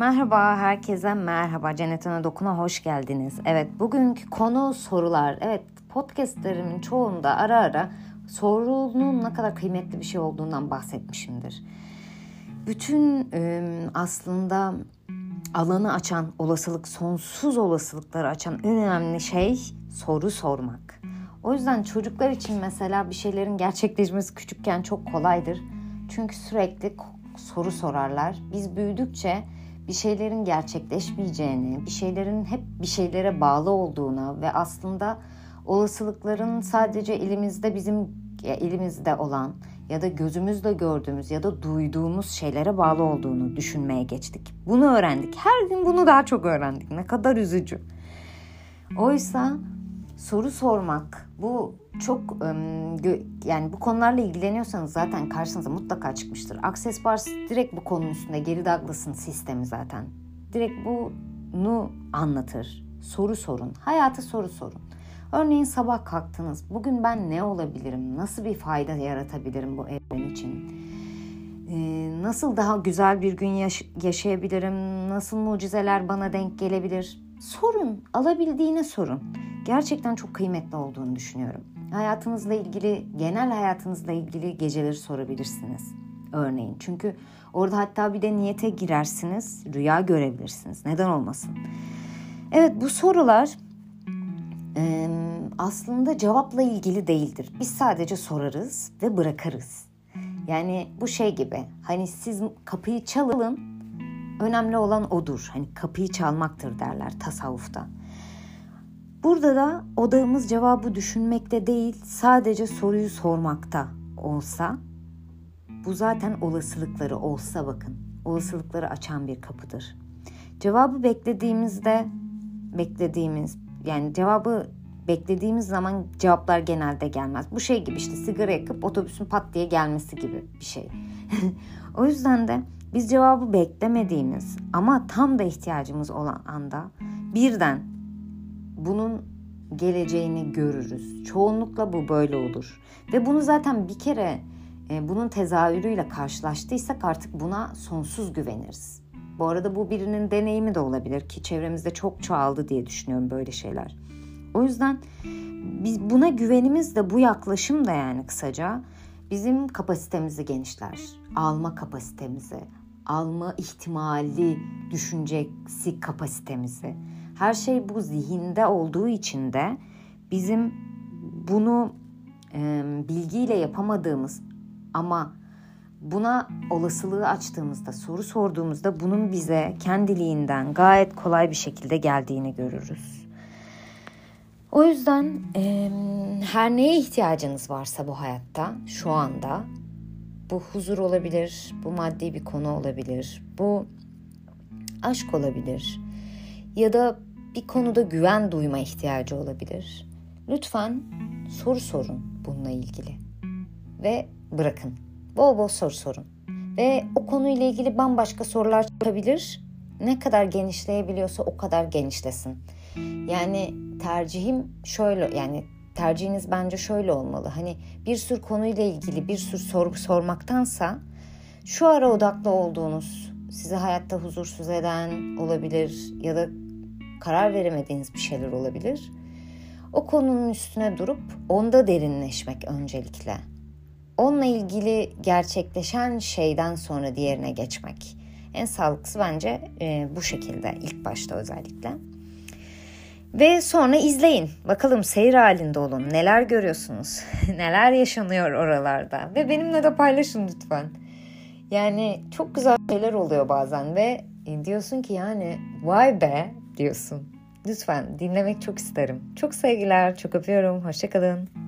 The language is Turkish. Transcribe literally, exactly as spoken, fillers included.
Merhaba, herkese merhaba. Cennet Ana Dokun'a hoş geldiniz. Evet, bugünkü konu sorular. Evet, podcastlerimin çoğunda ara ara sorunun ne kadar kıymetli bir şey olduğundan bahsetmişimdir. Bütün aslında alanı açan, olasılık, sonsuz olasılıkları açan en önemli şey soru sormak. O yüzden çocuklar için mesela bir şeylerin gerçekleşmesi küçükken çok kolaydır. Çünkü sürekli soru sorarlar. Biz büyüdükçe bir şeylerin gerçekleşmeyeceğini, bir şeylerin hep bir şeylere bağlı olduğuna ve aslında olasılıkların sadece elimizde bizim ya elimizde olan ya da gözümüzle gördüğümüz ya da duyduğumuz şeylere bağlı olduğunu düşünmeye geçtik. Bunu öğrendik. Her gün bunu daha çok öğrendik. Ne kadar üzücü. Oysa soru sormak, bu çok yani bu konularla ilgileniyorsanız zaten karşınıza mutlaka çıkmıştır. Access Bars direkt bu konunun üstünde. Gary Douglas'ın sistemi zaten. Direkt bunu anlatır. Soru sorun. Hayata soru sorun. Örneğin sabah kalktınız. Bugün ben ne olabilirim? Nasıl bir fayda yaratabilirim bu evren için? Ee, nasıl daha güzel bir gün yaş- yaşayabilirim? Nasıl mucizeler bana denk gelebilir? Sorun. Alabildiğine sorun. Gerçekten çok kıymetli olduğunu düşünüyorum. Hayatınızla ilgili, genel hayatınızla ilgili geceleri sorabilirsiniz. Örneğin. Çünkü orada hatta bir de niyete girersiniz. Rüya görebilirsiniz. Neden olmasın? Evet, bu sorular e, aslında cevapla ilgili değildir. Biz sadece sorarız ve bırakırız. Yani bu şey gibi. Hani siz kapıyı çalın, önemli olan odur. Hani kapıyı çalmaktır derler tasavvufta. Burada da odağımız cevabı düşünmekte değil, sadece soruyu sormakta olsa, bu zaten olasılıkları olsa bakın, olasılıkları açan bir kapıdır. Cevabı beklediğimizde, beklediğimiz, yani cevabı beklediğimiz zaman cevaplar genelde gelmez. Bu şey gibi işte sigara yakıp otobüsün pat diye gelmesi gibi bir şey. O yüzden de biz cevabı beklemediğimiz ama tam da ihtiyacımız olan anda birden bunun geleceğini görürüz. Çoğunlukla bu böyle olur. Ve bunu zaten bir kere e, bunun tezahürüyle karşılaştıysak artık buna sonsuz güveniriz. Bu arada bu birinin deneyimi de olabilir ki çevremizde çok çoğaldı diye düşünüyorum böyle şeyler. O yüzden biz buna güvenimiz de bu yaklaşım da yani kısaca bizim kapasitemizi genişler. Alma kapasitemizi, alma ihtimali düşüncesi kapasitemizi. Her şey bu zihinde olduğu için de bizim bunu e, bilgiyle yapamadığımız ama buna olasılığı açtığımızda, soru sorduğumuzda bunun bize kendiliğinden gayet kolay bir şekilde geldiğini görürüz. O yüzden e, her neye ihtiyacınız varsa bu hayatta, şu anda, bu huzur olabilir, bu maddi bir konu olabilir, bu aşk olabilir ya da bir konuda güven duyma ihtiyacı olabilir. Lütfen soru sorun bununla ilgili ve bırakın. Bol bol soru sorun. Ve o konuyla ilgili bambaşka sorular çıkabilir. Ne kadar genişleyebiliyorsa o kadar genişlesin. Yani tercihim şöyle, yani tercihiniz bence şöyle olmalı. Hani bir sürü konuyla ilgili bir sürü soru sormaktansa şu ara odaklı olduğunuz, sizi hayatta huzursuz eden olabilir ya da karar veremediğiniz bir şeyler olabilir. O konunun üstüne durup onda derinleşmek öncelikle. Onunla ilgili gerçekleşen şeyden sonra diğerine geçmek. En sağlıklısı bence e, bu şekilde ilk başta özellikle. Ve sonra izleyin. Bakalım seyir halinde olun. Neler görüyorsunuz? Neler yaşanıyor oralarda? Ve benimle de paylaşın lütfen. Yani çok güzel şeyler oluyor bazen ve diyorsun ki yani vay be diyorsun. Lütfen dinlemek çok isterim. Çok sevgiler, çok öpüyorum. Hoşça kalın.